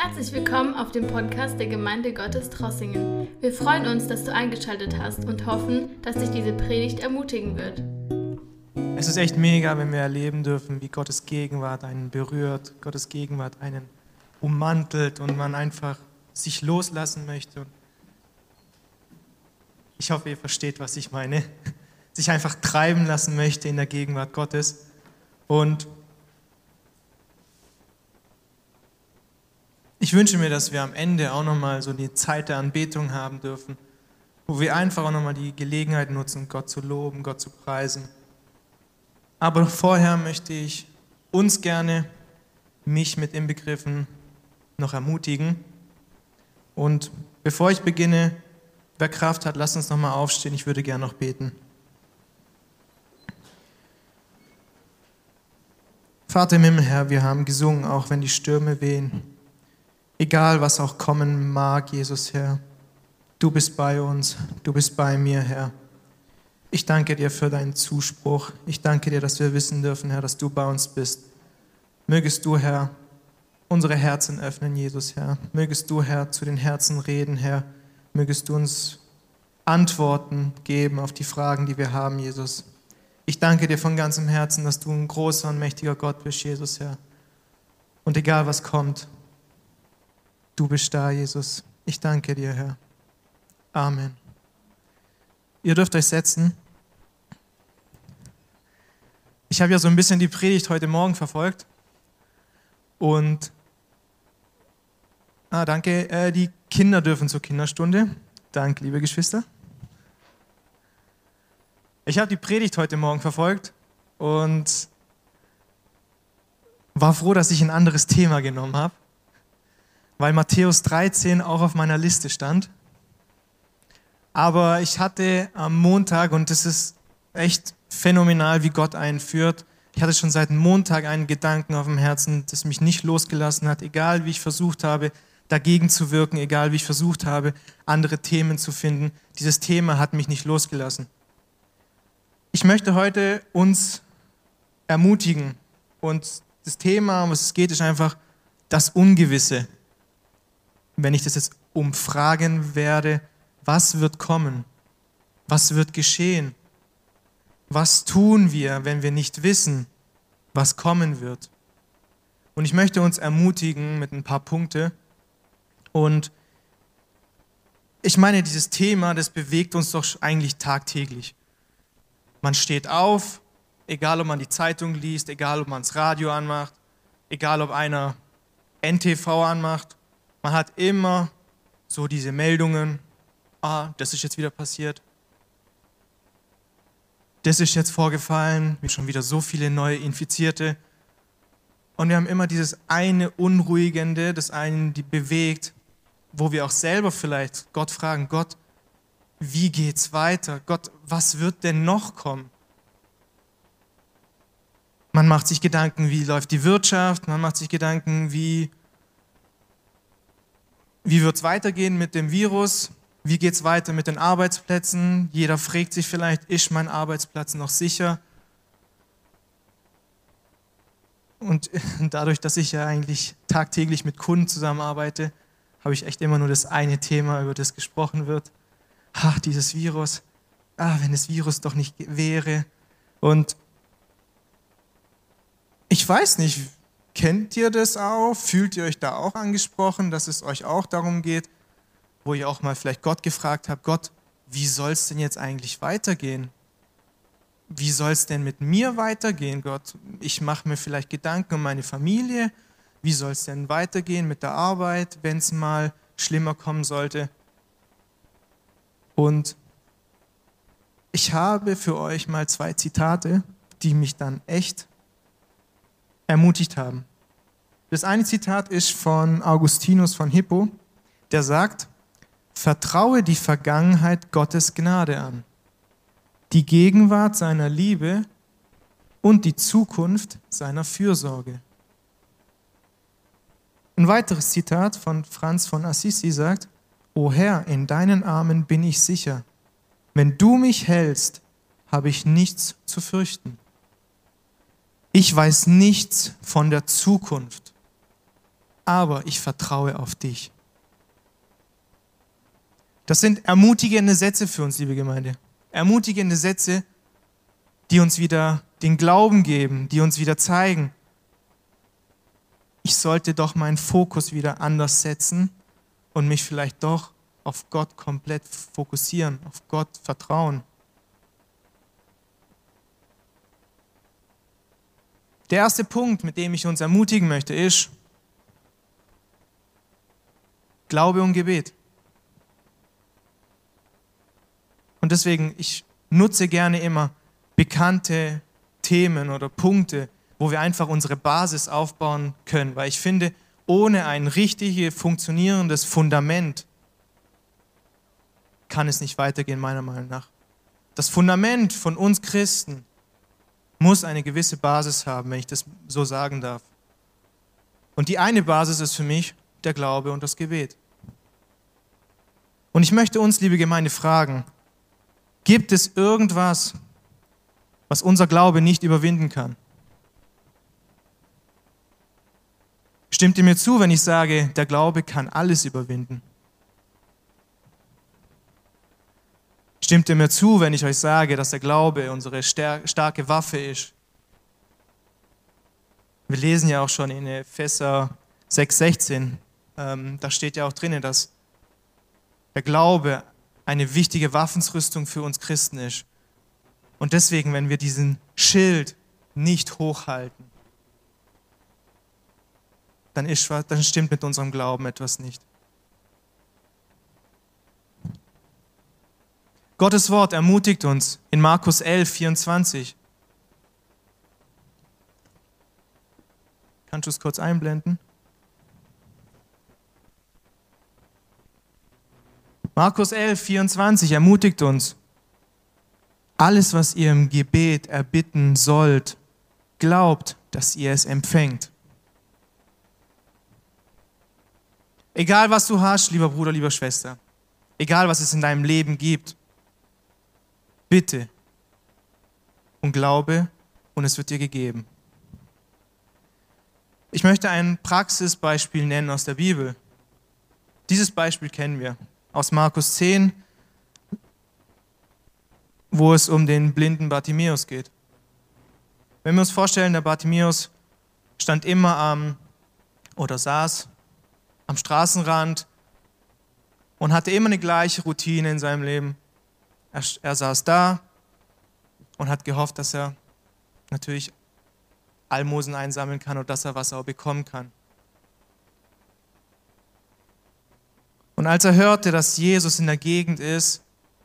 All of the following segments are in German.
Herzlich willkommen auf dem Podcast der Gemeinde Gottes Trossingen. Wir freuen uns, dass du eingeschaltet hast und hoffen, dass dich diese Predigt ermutigen wird. Es ist echt mega, wenn wir erleben dürfen, wie Gottes Gegenwart einen berührt, Gottes Gegenwart einen ummantelt und man einfach sich loslassen möchte. Ich hoffe, ihr versteht, was ich meine. Sich einfach treiben lassen möchte in der Gegenwart Gottes. Und ich wünsche mir, dass wir am Ende auch nochmal so die Zeit der Anbetung haben dürfen, wo wir einfach auch nochmal die Gelegenheit nutzen, Gott zu loben, Gott zu preisen. Aber vorher möchte ich uns gerne, mich mit inbegriffen, noch ermutigen. Und bevor ich beginne, wer Kraft hat, lasst uns nochmal aufstehen. Ich würde gerne noch beten. Vater im Himmel, Herr, wir haben gesungen, auch wenn die Stürme wehen. Egal, was auch kommen mag, Jesus, Herr, du bist bei uns, du bist bei mir, Herr. Ich danke dir für deinen Zuspruch. Ich danke dir, dass wir wissen dürfen, Herr, dass du bei uns bist. Mögest du, Herr, unsere Herzen öffnen, Jesus, Herr. Mögest du, Herr, zu den Herzen reden, Herr. Mögest du uns Antworten geben auf die Fragen, die wir haben, Jesus. Ich danke dir von ganzem Herzen, dass du ein großer und mächtiger Gott bist, Jesus, Herr. Und egal, was kommt, du bist da, Jesus. Ich danke dir, Herr. Amen. Ihr dürft euch setzen. Ich habe ja so ein bisschen die Predigt heute Morgen verfolgt. Und, danke, die Kinder dürfen zur Kinderstunde. Danke, liebe Geschwister. Ich habe die Predigt heute Morgen verfolgt und war froh, dass ich ein anderes Thema genommen habe, weil Matthäus 13 auch auf meiner Liste stand. Aber ich hatte am Montag, und das ist echt phänomenal, wie Gott einen führt, ich hatte schon seit Montag einen Gedanken auf dem Herzen, das mich nicht losgelassen hat, egal wie ich versucht habe, dagegen zu wirken, egal wie ich versucht habe, andere Themen zu finden. Dieses Thema hat mich nicht losgelassen. Ich möchte heute uns ermutigen, und das Thema, um was es geht, ist einfach das Ungewisse. Wenn ich das jetzt umfragen werde, was wird kommen? Was wird geschehen? Was tun wir, wenn wir nicht wissen, was kommen wird? Und ich möchte uns ermutigen mit ein paar Punkten. Und ich meine, dieses Thema, das bewegt uns doch eigentlich tagtäglich. Man steht auf, egal ob man die Zeitung liest, egal ob man das Radio anmacht, egal ob einer NTV anmacht. Man hat immer so diese Meldungen, das ist jetzt wieder passiert, das ist jetzt vorgefallen, schon wieder so viele neue Infizierte. Und wir haben immer dieses eine Unruhigende, das einen die bewegt, wo wir auch selber vielleicht Gott fragen, Gott, wie geht's weiter? Gott, was wird denn noch kommen? Man macht sich Gedanken, wie läuft die Wirtschaft, man macht sich Gedanken, wie wird es weitergehen mit dem Virus? Wie geht es weiter mit den Arbeitsplätzen? Jeder fragt sich vielleicht, ist mein Arbeitsplatz noch sicher? Und dadurch, dass ich ja eigentlich tagtäglich mit Kunden zusammenarbeite, habe ich echt immer nur das eine Thema, über das gesprochen wird. Dieses Virus. Wenn das Virus doch nicht wäre. Und ich weiß nicht, kennt ihr das auch? Fühlt ihr euch da auch angesprochen, dass es euch auch darum geht, wo ihr auch mal vielleicht Gott gefragt habt, Gott, wie soll es denn jetzt eigentlich weitergehen? Wie soll es denn mit mir weitergehen, Gott? Ich mache mir vielleicht Gedanken um meine Familie. Wie soll es denn weitergehen mit der Arbeit, wenn es mal schlimmer kommen sollte? Und ich habe für euch mal 2 Zitate, die mich dann echt ermutigt haben. Das eine Zitat ist von Augustinus von Hippo, der sagt, vertraue die Vergangenheit Gottes Gnade an, die Gegenwart seiner Liebe und die Zukunft seiner Fürsorge. Ein weiteres Zitat von Franz von Assisi sagt, O Herr, in deinen Armen bin ich sicher. Wenn du mich hältst, habe ich nichts zu fürchten. Ich weiß nichts von der Zukunft, aber ich vertraue auf dich. Das sind ermutigende Sätze für uns, liebe Gemeinde. Ermutigende Sätze, die uns wieder den Glauben geben, die uns wieder zeigen, ich sollte doch meinen Fokus wieder anders setzen und mich vielleicht doch auf Gott komplett fokussieren, auf Gott vertrauen. Der erste Punkt, mit dem ich uns ermutigen möchte, ist Glaube und Gebet. Und deswegen, ich nutze gerne immer bekannte Themen oder Punkte, wo wir einfach unsere Basis aufbauen können, weil ich finde, ohne ein richtig funktionierendes Fundament kann es nicht weitergehen, meiner Meinung nach. Das Fundament von uns Christen muss eine gewisse Basis haben, wenn ich das so sagen darf. Und die eine Basis ist für mich der Glaube und das Gebet. Und ich möchte uns, liebe Gemeinde, fragen, gibt es irgendwas, was unser Glaube nicht überwinden kann? Stimmt ihr mir zu, wenn ich sage, der Glaube kann alles überwinden? Stimmt ihr mir zu, wenn ich euch sage, dass der Glaube unsere starke Waffe ist? Wir lesen ja auch schon in Epheser 6,16, da steht ja auch drin, dass der Glaube eine wichtige Waffenrüstung für uns Christen ist. Und deswegen, wenn wir diesen Schild nicht hochhalten, dann stimmt mit unserem Glauben etwas nicht. Gottes Wort ermutigt uns in Markus 11,24. Kannst du es kurz einblenden? Markus 11,24 ermutigt uns, alles, was ihr im Gebet erbitten sollt, glaubt, dass ihr es empfängt. Egal, was du hast, lieber Bruder, lieber Schwester, egal, was es in deinem Leben gibt, bitte und glaube und es wird dir gegeben. Ich möchte ein Praxisbeispiel nennen aus der Bibel. Dieses Beispiel kennen wir aus Markus 10, wo es um den blinden Bartimäus geht. Wenn wir uns vorstellen, der Bartimäus stand immer saß am Straßenrand und hatte immer eine gleiche Routine in seinem Leben. Er saß da und hat gehofft, dass er natürlich Almosen einsammeln kann und dass er was auch bekommen kann. Und als er hörte, dass Jesus in der Gegend ist,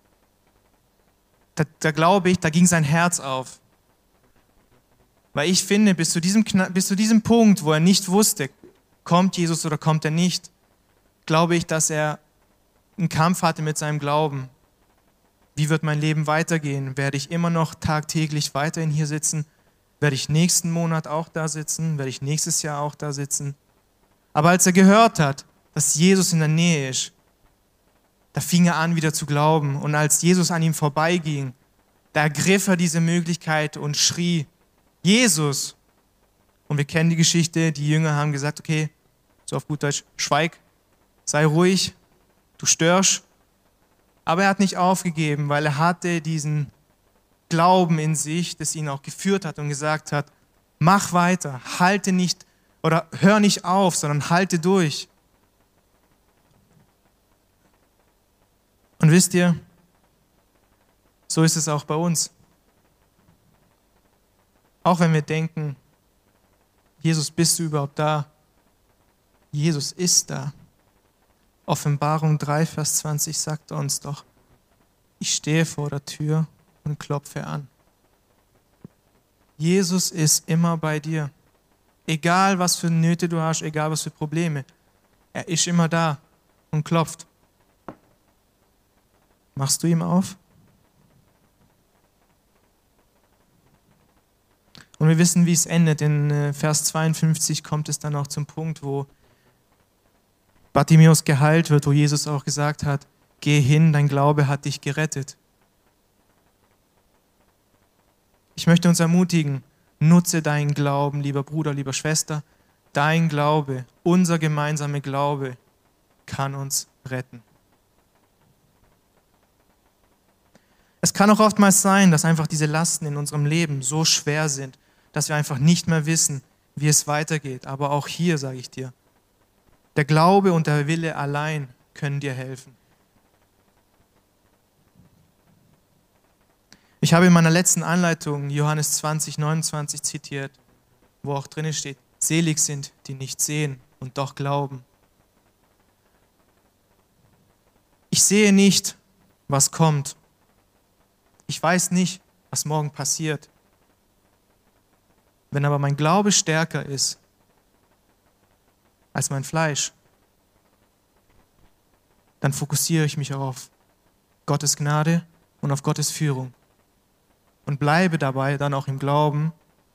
da glaube ich, da ging sein Herz auf. Weil ich finde, bis zu diesem Punkt, wo er nicht wusste, kommt Jesus oder kommt er nicht, glaube ich, dass er einen Kampf hatte mit seinem Glauben. Wie wird mein Leben weitergehen? Werde ich immer noch tagtäglich weiterhin hier sitzen? Werde ich nächsten Monat auch da sitzen? Werde ich nächstes Jahr auch da sitzen? Aber als er gehört hat, dass Jesus in der Nähe ist, da fing er an, wieder zu glauben. Und als Jesus an ihm vorbeiging, da ergriff er diese Möglichkeit und schrie, Jesus! Und wir kennen die Geschichte, die Jünger haben gesagt, okay, so auf gut Deutsch, schweig, sei ruhig, du störst. Aber er hat nicht aufgegeben, weil er hatte diesen Glauben in sich, das ihn auch geführt hat und gesagt hat, mach weiter, halte nicht oder hör nicht auf, sondern halte durch. Und wisst ihr, so ist es auch bei uns. Auch wenn wir denken, Jesus, bist du überhaupt da? Jesus ist da. Offenbarung 3, Vers 20 sagt uns doch, ich stehe vor der Tür und klopfe an. Jesus ist immer bei dir. Egal, was für Nöte du hast, egal, was für Probleme. Er ist immer da und klopft. Machst du ihm auf? Und wir wissen, wie es endet. In Vers 52 kommt es dann auch zum Punkt, wo Bartimäus geheilt wird, wo Jesus auch gesagt hat, geh hin, dein Glaube hat dich gerettet. Ich möchte uns ermutigen, nutze deinen Glauben, lieber Bruder, lieber Schwester, dein Glaube, unser gemeinsamer Glaube kann uns retten. Es kann auch oftmals sein, dass einfach diese Lasten in unserem Leben so schwer sind, dass wir einfach nicht mehr wissen, wie es weitergeht. Aber auch hier sage ich dir, der Glaube und der Wille allein können dir helfen. Ich habe in meiner letzten Anleitung Johannes 20, 29 zitiert, wo auch drinnen steht, selig sind, die nicht sehen und doch glauben. Ich sehe nicht, was kommt. Ich weiß nicht, was morgen passiert. Wenn aber mein Glaube stärker ist als mein Fleisch, dann fokussiere ich mich auf Gottes Gnade und auf Gottes Führung und bleibe dabei dann auch im Glauben,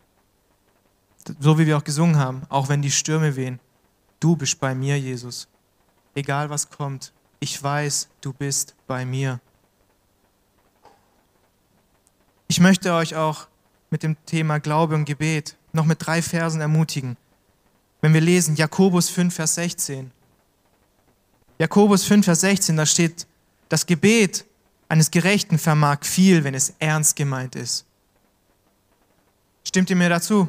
so wie wir auch gesungen haben, auch wenn die Stürme wehen. Du bist bei mir, Jesus. Egal was kommt, ich weiß, du bist bei mir. Ich möchte euch auch mit dem Thema Glaube und Gebet noch mit 3 Versen ermutigen. Wenn wir lesen Jakobus 5, Vers 16. Jakobus 5, Vers 16, da steht, das Gebet eines Gerechten vermag viel, wenn es ernst gemeint ist. Stimmt ihr mir dazu?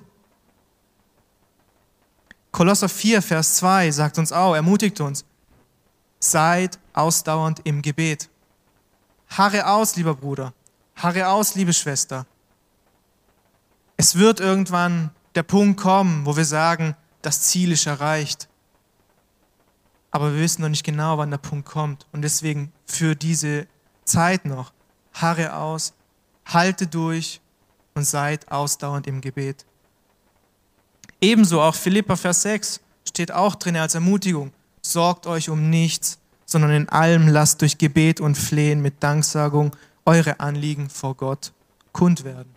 Kolosser 4, Vers 2 sagt uns auch, ermutigt uns, seid ausdauernd im Gebet. Harre aus, lieber Bruder. Harre aus, liebe Schwester. Es wird irgendwann der Punkt kommen, wo wir sagen, das Ziel ist erreicht. Aber wir wissen noch nicht genau, wann der Punkt kommt. Und deswegen für diese Zeit noch, harre aus, halte durch und seid ausdauernd im Gebet. Ebenso auch Philipper Vers 6 steht auch drin als Ermutigung. Sorgt euch um nichts, sondern in allem lasst durch Gebet und Flehen mit Danksagung eure Anliegen vor Gott kund werden.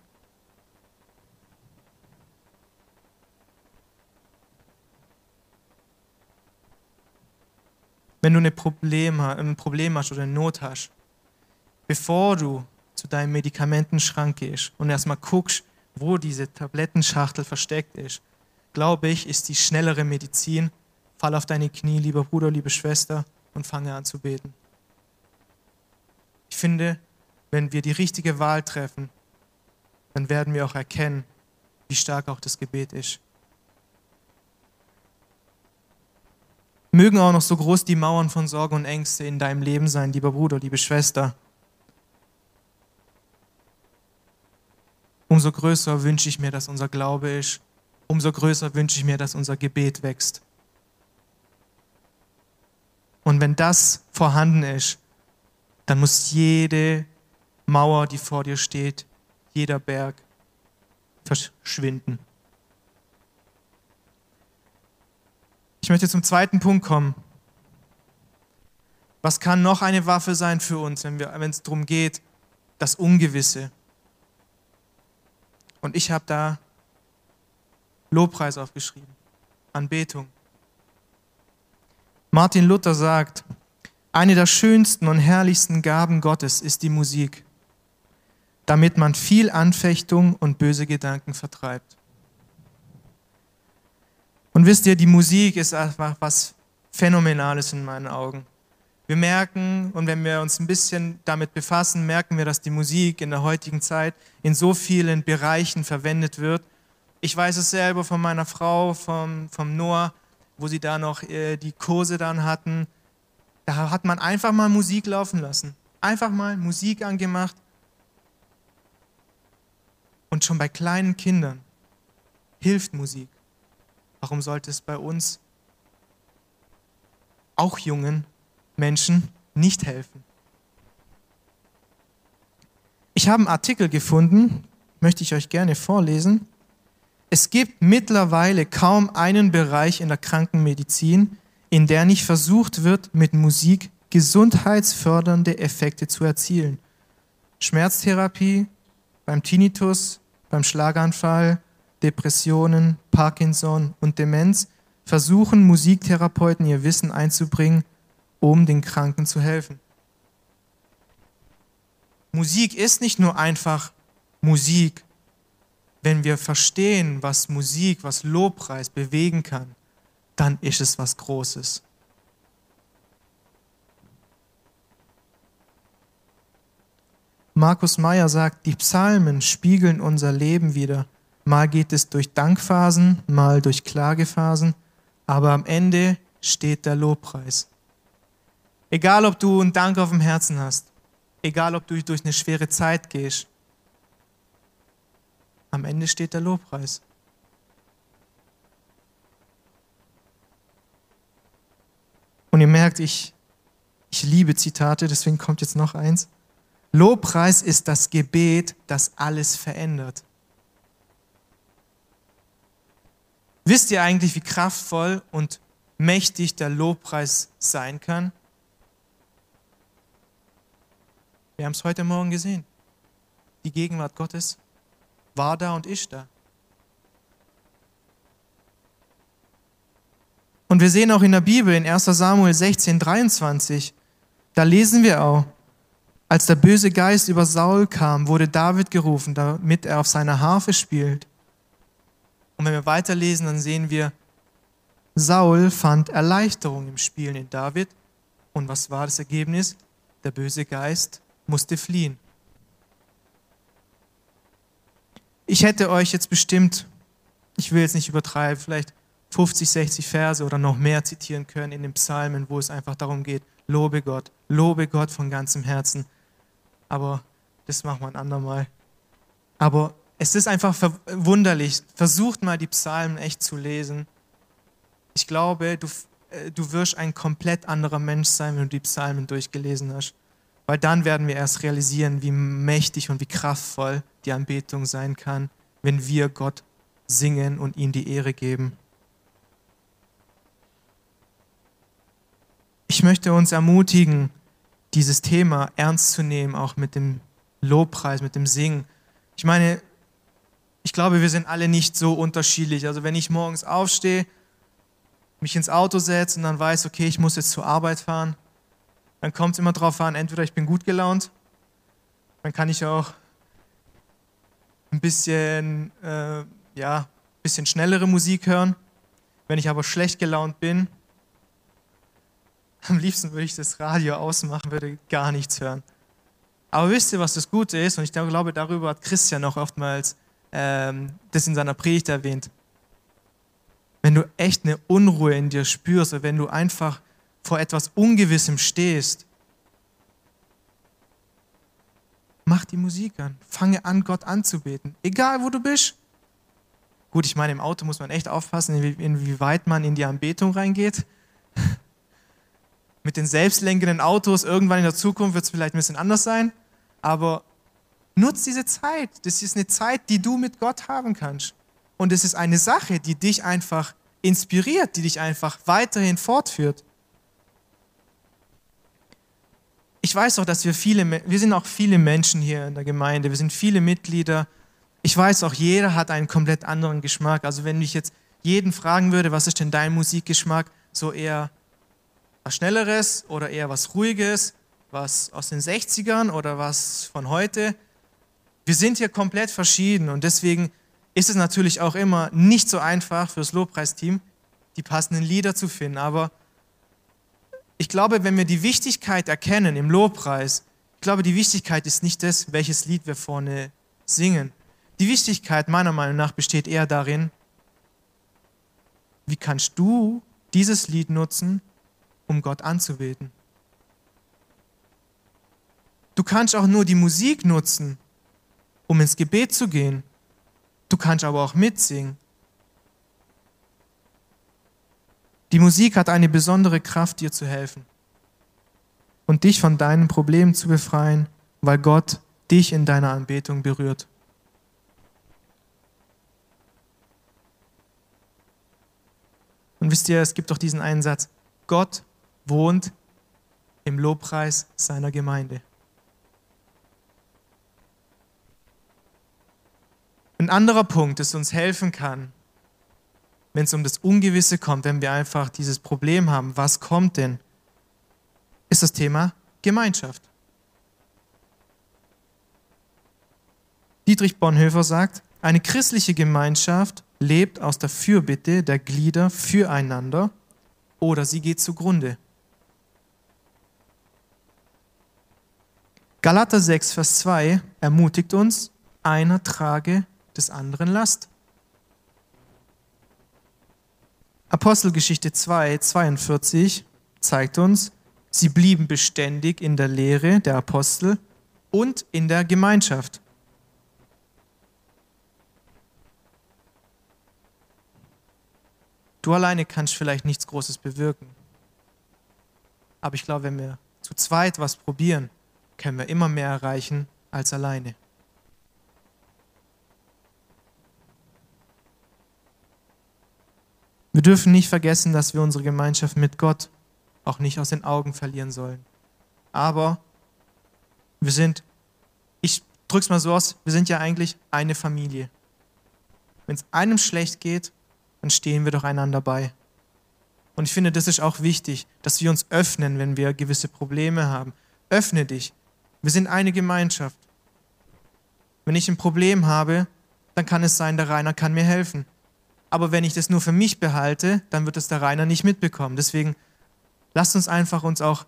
Wenn du ein Problem hast oder eine Not hast, bevor du zu deinem Medikamentenschrank gehst und erstmal guckst, wo diese Tablettenschachtel versteckt ist, glaube ich, ist die schnellere Medizin, fall auf deine Knie, lieber Bruder, liebe Schwester, und fange an zu beten. Ich finde, wenn wir die richtige Wahl treffen, dann werden wir auch erkennen, wie stark auch das Gebet ist. Mögen auch noch so groß die Mauern von Sorge und Ängste in deinem Leben sein, lieber Bruder, liebe Schwester. Umso größer wünsche ich mir, dass unser Glaube ist. Umso größer wünsche ich mir, dass unser Gebet wächst. Und wenn das vorhanden ist, dann muss jede Mauer, die vor dir steht, jeder Berg verschwinden. Ich möchte zum zweiten Punkt kommen. Was kann noch eine Waffe sein für uns, wenn es darum geht, das Ungewisse? Und ich habe da Lobpreis aufgeschrieben, Anbetung. Martin Luther sagt, eine der schönsten und herrlichsten Gaben Gottes ist die Musik, damit man viel Anfechtung und böse Gedanken vertreibt. Und wisst ihr, die Musik ist einfach was Phänomenales in meinen Augen. Wir merken, und wenn wir uns ein bisschen damit befassen, merken wir, dass die Musik in der heutigen Zeit in so vielen Bereichen verwendet wird. Ich weiß es selber von meiner Frau, vom Noah, wo sie da noch die Kurse dann hatten. Da hat man einfach mal Musik laufen lassen. Einfach mal Musik angemacht. Und schon bei kleinen Kindern hilft Musik. Warum sollte es bei uns, auch jungen Menschen, nicht helfen? Ich habe einen Artikel gefunden, möchte ich euch gerne vorlesen. Es gibt mittlerweile kaum einen Bereich in der Krankenmedizin, in der nicht versucht wird, mit Musik gesundheitsfördernde Effekte zu erzielen. Schmerztherapie, beim Tinnitus, beim Schlaganfall, Depressionen, Parkinson und Demenz versuchen Musiktherapeuten ihr Wissen einzubringen, um den Kranken zu helfen. Musik ist nicht nur einfach Musik. Wenn wir verstehen, was Musik, was Lobpreis bewegen kann, dann ist es was Großes. Markus Meyer sagt, die Psalmen spiegeln unser Leben wider. Mal geht es durch Dankphasen, mal durch Klagephasen, aber am Ende steht der Lobpreis. Egal, ob du einen Dank auf dem Herzen hast, egal, ob du durch eine schwere Zeit gehst, am Ende steht der Lobpreis. Und ihr merkt, ich liebe Zitate, deswegen kommt jetzt noch eins. Lobpreis ist das Gebet, das alles verändert. Wisst ihr eigentlich, wie kraftvoll und mächtig der Lobpreis sein kann? Wir haben es heute Morgen gesehen. Die Gegenwart Gottes war da und ist da. Und wir sehen auch in der Bibel, in 1. Samuel 16, 23, da lesen wir auch, als der böse Geist über Saul kam, wurde David gerufen, damit er auf seiner Harfe spielt. Und wenn wir weiterlesen, dann sehen wir, Saul fand Erleichterung im Spielen in David. Und was war das Ergebnis? Der böse Geist musste fliehen. Ich hätte euch jetzt bestimmt, ich will jetzt nicht übertreiben, vielleicht 50, 60 Verse oder noch mehr zitieren können in den Psalmen, wo es einfach darum geht, lobe Gott von ganzem Herzen. Aber das machen wir ein andermal. Aber es ist einfach wunderlich. Versucht mal die Psalmen echt zu lesen. Ich glaube, du wirst ein komplett anderer Mensch sein, wenn du die Psalmen durchgelesen hast. Weil dann werden wir erst realisieren, wie mächtig und wie kraftvoll die Anbetung sein kann, wenn wir Gott singen und ihm die Ehre geben. Ich möchte uns ermutigen, dieses Thema ernst zu nehmen, auch mit dem Lobpreis, mit dem Singen. Ich meine, ich glaube, wir sind alle nicht so unterschiedlich. Also wenn ich morgens aufstehe, mich ins Auto setze und dann weiß, okay, ich muss jetzt zur Arbeit fahren, dann kommt es immer darauf an, entweder ich bin gut gelaunt, dann kann ich auch ein bisschen schnellere Musik hören. Wenn ich aber schlecht gelaunt bin, am liebsten würde ich das Radio ausmachen, würde gar nichts hören. Aber wisst ihr, was das Gute ist? Und ich glaube, darüber hat Christian auch oftmals das in seiner Predigt erwähnt. Wenn du echt eine Unruhe in dir spürst, oder wenn du einfach vor etwas Ungewissem stehst, mach die Musik an. Fange an, Gott anzubeten. Egal, wo du bist. Gut, ich meine, im Auto muss man echt aufpassen, inwieweit man in die Anbetung reingeht. Mit den selbstlenkenden Autos, irgendwann in der Zukunft wird es vielleicht ein bisschen anders sein. Aber nutz diese Zeit. Das ist eine Zeit, die du mit Gott haben kannst. Und es ist eine Sache, die dich einfach inspiriert, die dich einfach weiterhin fortführt. Ich weiß auch, dass wir sind auch viele Menschen hier in der Gemeinde, wir sind viele Mitglieder. Ich weiß auch, jeder hat einen komplett anderen Geschmack. Also wenn ich jetzt jeden fragen würde, was ist denn dein Musikgeschmack, so eher was Schnelleres oder eher was Ruhiges, was aus den 60ern oder was von heute. Wir sind hier komplett verschieden und deswegen ist es natürlich auch immer nicht so einfach für das Lobpreisteam, die passenden Lieder zu finden. Aber ich glaube, wenn wir die Wichtigkeit erkennen im Lobpreis, ich glaube, die Wichtigkeit ist nicht das, welches Lied wir vorne singen. Die Wichtigkeit meiner Meinung nach besteht eher darin, wie kannst du dieses Lied nutzen, um Gott anzubeten. Du kannst auch nur die Musik nutzen, um ins Gebet zu gehen. Du kannst aber auch mitsingen. Die Musik hat eine besondere Kraft, dir zu helfen und dich von deinen Problemen zu befreien, weil Gott dich in deiner Anbetung berührt. Und wisst ihr, es gibt doch diesen einen Satz, Gott wohnt im Lobpreis seiner Gemeinde. Ein anderer Punkt, das uns helfen kann, wenn es um das Ungewisse kommt, wenn wir einfach dieses Problem haben, was kommt denn, ist das Thema Gemeinschaft. Dietrich Bonhoeffer sagt, eine christliche Gemeinschaft lebt aus der Fürbitte der Glieder füreinander oder sie geht zugrunde. Galater 6, Vers 2 ermutigt uns, einer trage des anderen Last. Apostelgeschichte 2, 42 zeigt uns, sie blieben beständig in der Lehre der Apostel und in der Gemeinschaft. Du alleine kannst vielleicht nichts Großes bewirken. Aber ich glaube, wenn wir zu zweit was probieren, können wir immer mehr erreichen als alleine. Wir dürfen nicht vergessen, dass wir unsere Gemeinschaft mit Gott auch nicht aus den Augen verlieren sollen. Aber ich drücke es mal so aus, wir sind ja eigentlich eine Familie. Wenn es einem schlecht geht, dann stehen wir doch einander bei. Und ich finde, das ist auch wichtig, dass wir uns öffnen, wenn wir gewisse Probleme haben. Öffne dich. Wir sind eine Gemeinschaft. Wenn ich ein Problem habe, dann kann es sein, der Rainer kann mir helfen. Aber wenn ich das nur für mich behalte, dann wird es der Rainer nicht mitbekommen. Deswegen lasst uns einfach uns auch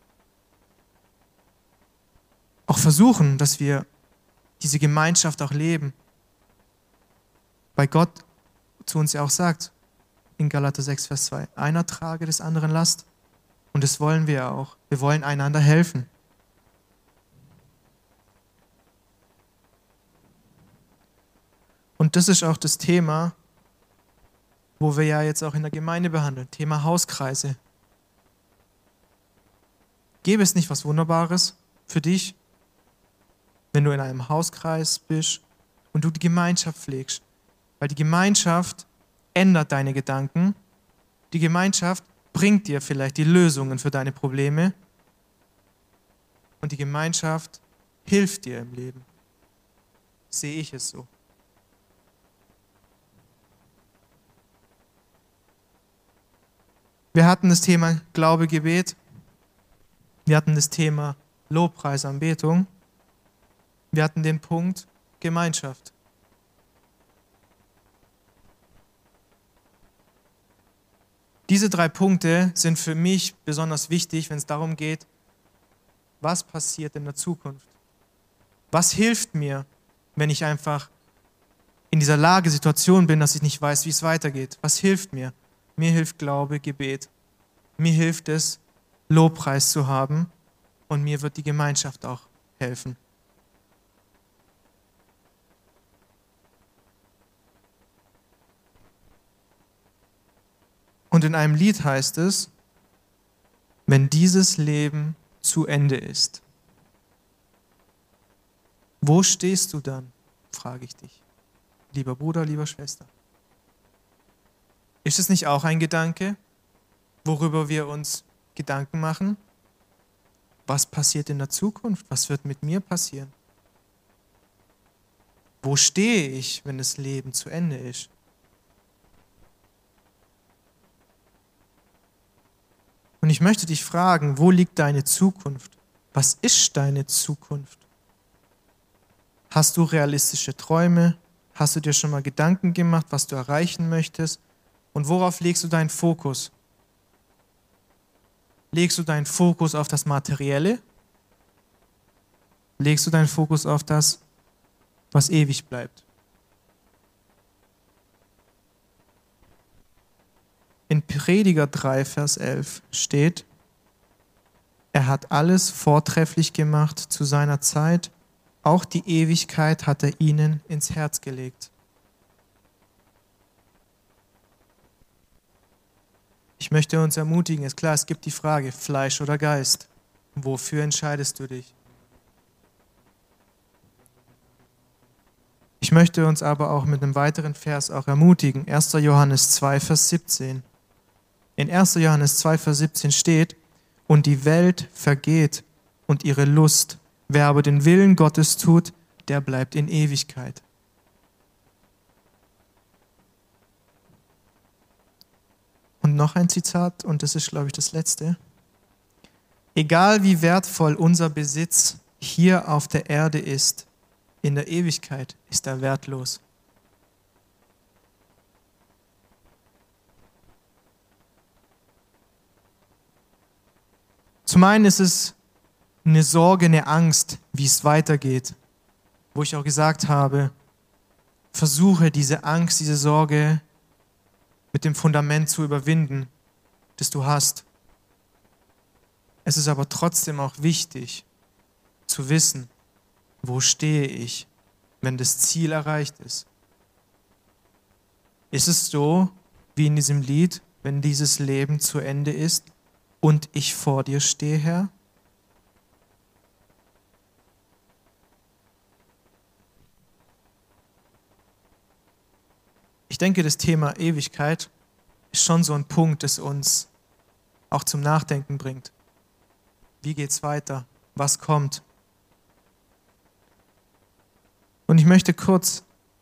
versuchen, dass wir diese Gemeinschaft auch leben. Weil Gott zu uns ja auch sagt, in Galater 6, Vers 2, einer trage des anderen Last. Und das wollen wir auch. Wir wollen einander helfen. Und das ist auch das Thema, wo wir ja jetzt auch in der Gemeinde behandeln. Thema Hauskreise. Gäbe es nicht was Wunderbares für dich, wenn du in einem Hauskreis bist und du die Gemeinschaft pflegst? Weil die Gemeinschaft ändert deine Gedanken. Die Gemeinschaft bringt dir vielleicht die Lösungen für deine Probleme. Und die Gemeinschaft hilft dir im Leben. Sehe ich es so. Wir hatten das Thema Glaube, Gebet. Wir hatten das Thema Lobpreis, Anbetung. Wir hatten den Punkt Gemeinschaft. Diese 3 Punkte sind für mich besonders wichtig, wenn es darum geht, was passiert in der Zukunft. Was hilft mir, wenn ich einfach in dieser Lagesituation bin, dass ich nicht weiß, wie es weitergeht? Was hilft mir? Mir hilft Glaube, Gebet. Mir hilft es, Lobpreis zu haben, und mir wird die Gemeinschaft auch helfen. Und in einem Lied heißt es, wenn dieses Leben zu Ende ist, wo stehst du dann, frage ich dich, lieber Bruder, lieber Schwester. Ist es nicht auch ein Gedanke, worüber wir uns Gedanken machen? Was passiert in der Zukunft? Was wird mit mir passieren? Wo stehe ich, wenn das Leben zu Ende ist? Und ich möchte dich fragen, wo liegt deine Zukunft? Was ist deine Zukunft? Hast du realistische Träume? Hast du dir schon mal Gedanken gemacht, was du erreichen möchtest? Und worauf legst du deinen Fokus? Legst du deinen Fokus auf das Materielle? Legst du deinen Fokus auf das, was ewig bleibt? In Prediger 3, Vers 11 steht, er hat alles vortrefflich gemacht zu seiner Zeit, auch die Ewigkeit hat er ihnen ins Herz gelegt. Ich möchte uns ermutigen, ist klar, es gibt die Frage, Fleisch oder Geist. Wofür entscheidest du dich? Ich möchte uns aber auch mit einem weiteren Vers auch ermutigen. 1. Johannes 2, Vers 17. In 1. Johannes 2, Vers 17 steht, und die Welt vergeht und ihre Lust. Wer aber den Willen Gottes tut, der bleibt in Ewigkeit. Und noch ein Zitat, und das ist, glaube ich, das letzte. Egal wie wertvoll unser Besitz hier auf der Erde ist, in der Ewigkeit ist er wertlos. Zum einen ist es eine Sorge, eine Angst, wie es weitergeht, wo ich auch gesagt habe, versuche diese Angst, diese Sorge mit dem Fundament zu überwinden, das du hast. Es ist aber trotzdem auch wichtig zu wissen, wo stehe ich, wenn das Ziel erreicht ist. Ist es so, wie in diesem Lied, wenn dieses Leben zu Ende ist und ich vor dir stehe, Herr? Ich denke, das Thema Ewigkeit ist schon so ein Punkt, das uns auch zum Nachdenken bringt. Wie geht's weiter? Was kommt? Und ich möchte kurz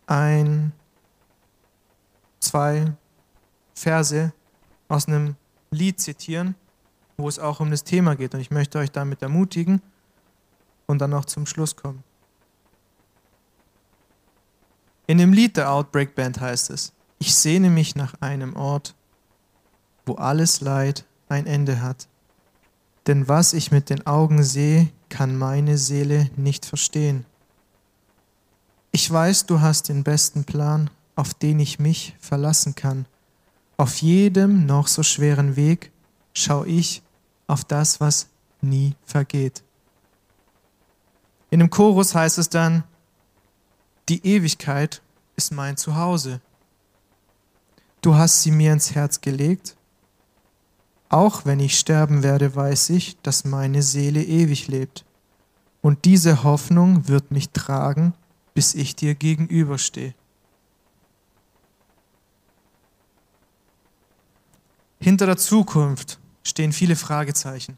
zwei Verse aus einem Lied zitieren, wo es auch um das Thema geht. Und ich möchte euch damit ermutigen und dann noch zum Schluss kommen. In dem Lied der Outbreak Band heißt es: Ich sehne mich nach einem Ort, wo alles Leid ein Ende hat. Denn was ich mit den Augen sehe, kann meine Seele nicht verstehen. Ich weiß, du hast den besten Plan, auf den ich mich verlassen kann. Auf jedem noch so schweren Weg schaue ich auf das, was nie vergeht. In dem Chorus heißt es dann: Die Ewigkeit ist mein Zuhause. Du hast sie mir ins Herz gelegt. Auch wenn ich sterben werde, weiß ich, dass meine Seele ewig lebt. Und diese Hoffnung wird mich tragen, bis ich dir gegenüberstehe. Hinter der Zukunft stehen viele Fragezeichen.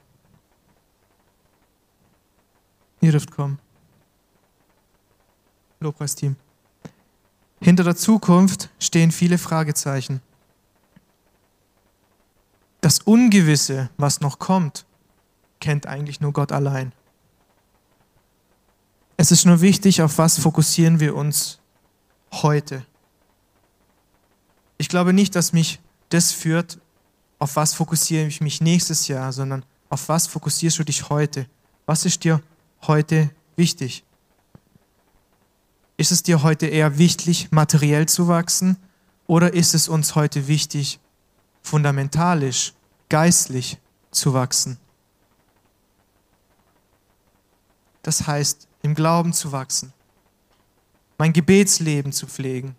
Ihr dürft kommen. Lobpreisteam. Hinter der Zukunft stehen viele Fragezeichen. Das Ungewisse, was noch kommt, kennt eigentlich nur Gott allein. Es ist nur wichtig, auf was fokussieren wir uns heute. Ich glaube nicht, dass mich das führt, auf was fokussiere ich mich nächstes Jahr, sondern auf was fokussierst du dich heute? Was ist dir heute wichtig? Ist es dir heute eher wichtig, materiell zu wachsen, oder ist es uns heute wichtig, fundamentalisch, geistlich zu wachsen? Das heißt, im Glauben zu wachsen, mein Gebetsleben zu pflegen,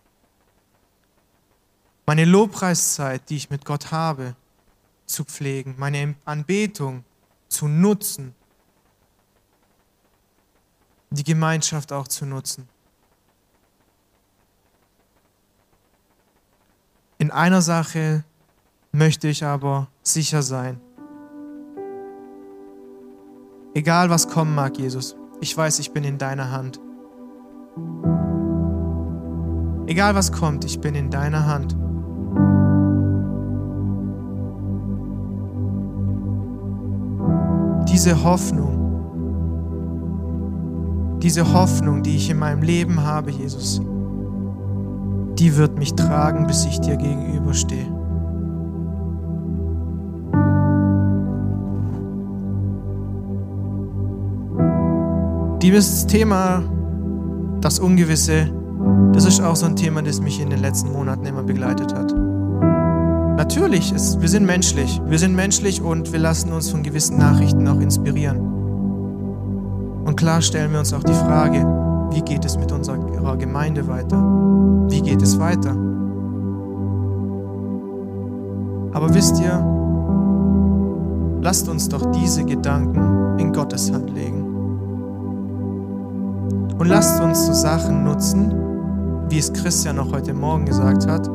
meine Lobpreiszeit, die ich mit Gott habe, zu pflegen, meine Anbetung zu nutzen, die Gemeinschaft auch zu nutzen. In einer Sache möchte ich aber sicher sein. Egal was kommen mag, Jesus, ich weiß, ich bin in deiner Hand. Egal was kommt, ich bin in deiner Hand. Diese Hoffnung, die ich in meinem Leben habe, Jesus, die wird mich tragen, bis ich dir gegenüberstehe. Dieses Thema, das Ungewisse, das ist auch so ein Thema, das mich in den letzten Monaten immer begleitet hat. Natürlich, wir sind menschlich und wir lassen uns von gewissen Nachrichten auch inspirieren. Und klar stellen wir uns auch die Frage, wie geht es mit unserer Gemeinde weiter? Wie geht es weiter? Aber wisst ihr, lasst uns doch diese Gedanken in Gottes Hand legen. Und lasst uns so Sachen nutzen, wie es Christian auch heute Morgen gesagt hat.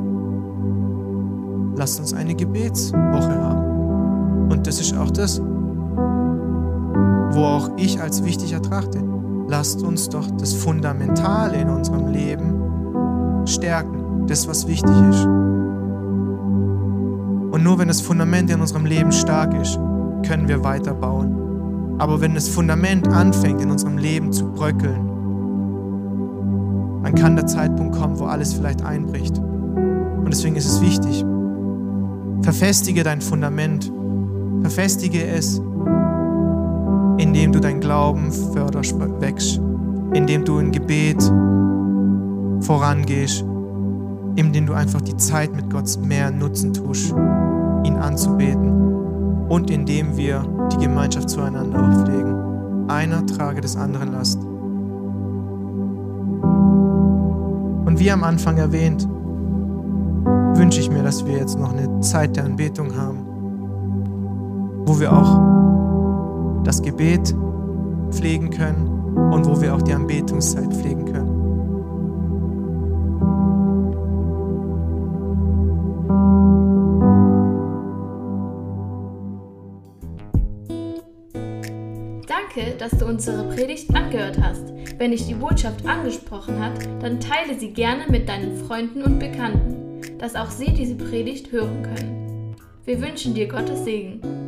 Lasst uns eine Gebetswoche haben. Und das ist auch das, wo auch ich als wichtig ertrachte. Lasst uns doch das Fundamentale in unserem Leben stärken. Das, was wichtig ist. Und nur wenn das Fundament in unserem Leben stark ist, können wir weiterbauen. Aber wenn das Fundament anfängt, in unserem Leben zu bröckeln, dann kann der Zeitpunkt kommen, wo alles vielleicht einbricht. Und deswegen ist es wichtig, verfestige dein Fundament, Verfestige es, indem du dein Glauben förderst, wächst, indem du im Gebet vorangehst, indem du einfach die Zeit mit Gott mehr nutzen tust, ihn anzubeten und indem wir die Gemeinschaft zueinander auflegen. Einer trage des anderen Last. Und wie am Anfang erwähnt, wünsche ich mir, dass wir jetzt noch eine Zeit der Anbetung haben, wo wir auch das Gebet pflegen können und wo wir auch die Anbetungszeit pflegen können. Danke, dass du unsere Predigt angehört hast. Wenn dich die Botschaft angesprochen hat, dann teile sie gerne mit deinen Freunden und Bekannten, dass auch sie diese Predigt hören können. Wir wünschen dir Gottes Segen.